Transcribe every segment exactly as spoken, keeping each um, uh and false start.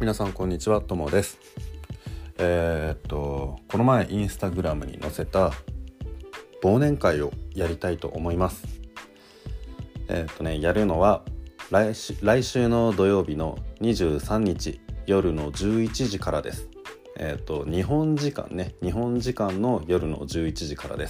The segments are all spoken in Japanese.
皆さんこんにちは、ともです。えー、っとこの前インスタグラムに載せた忘年会をやりたいと思います。えー、っとねやるのは来週、来週の土曜日のにじゅうさんにち夜のじゅういちじからです。えー、っと日本時間ね日本時間の夜のじゅういちじからです。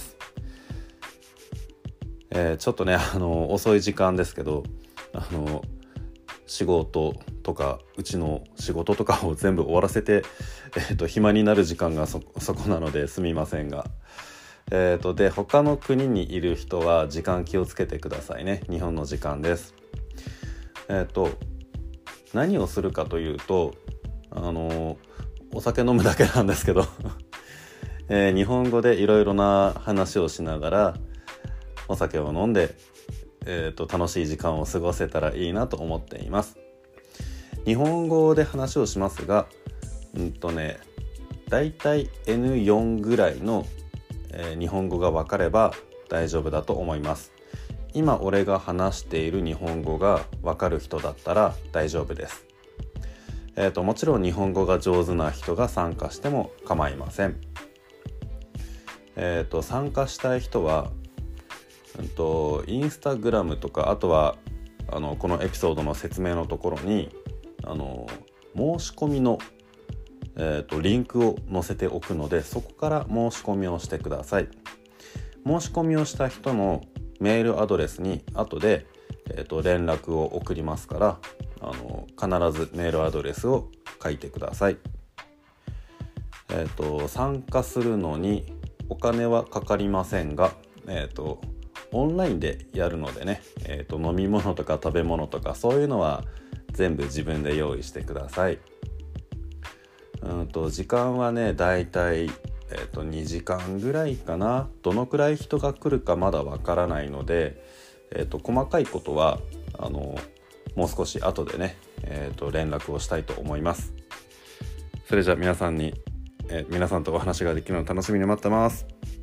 えー、ちょっとねあの遅い時間ですけど、あの仕事とかうちの仕事とかを全部終わらせて、えー、と暇になる時間が そ, そこなのですみませんが、えー、とで他の国にいる人は時間気をつけてくださいね。日本の時間です。えっ、と何をするかというと、あのお酒飲むだけなんですけど、えー、日本語でいろいろな話をしながらお酒を飲んでえー、と楽しい時間を過ごせたらいいなと思っています。日本語で話をしますが、うんとね、だいたい エヌフォー ぐらいの、えー、日本語が分かれば大丈夫だと思います。今俺が話している日本語が分かる人だったら大丈夫です。えー、ともちろん日本語が上手な人が参加しても構いません。えー、と参加したい人はうんとインスタグラムとか、あとはあのこのエピソードの説明のところにあの申し込みの、えー、とリンクを載せておくので、そこから申し込みをしてください。申し込みをした人のメールアドレスに後で、えー、と連絡を送りますから、あの必ずメールアドレスを書いてください。えー、と参加するのにお金はかかりませんが、えー、とオンラインでやるのでね、えーと、飲み物とか食べ物とかそういうのは全部自分で用意してください。うんと時間はねだいたい、えーと、にじかんぐらいかな。どのくらい人が来るかまだわからないので、えーと、細かいことはあのもう少し後でね、えーと、連絡をしたいと思います。それじゃあ皆さんに、えー、皆さんとお話ができるのを楽しみに待ってます。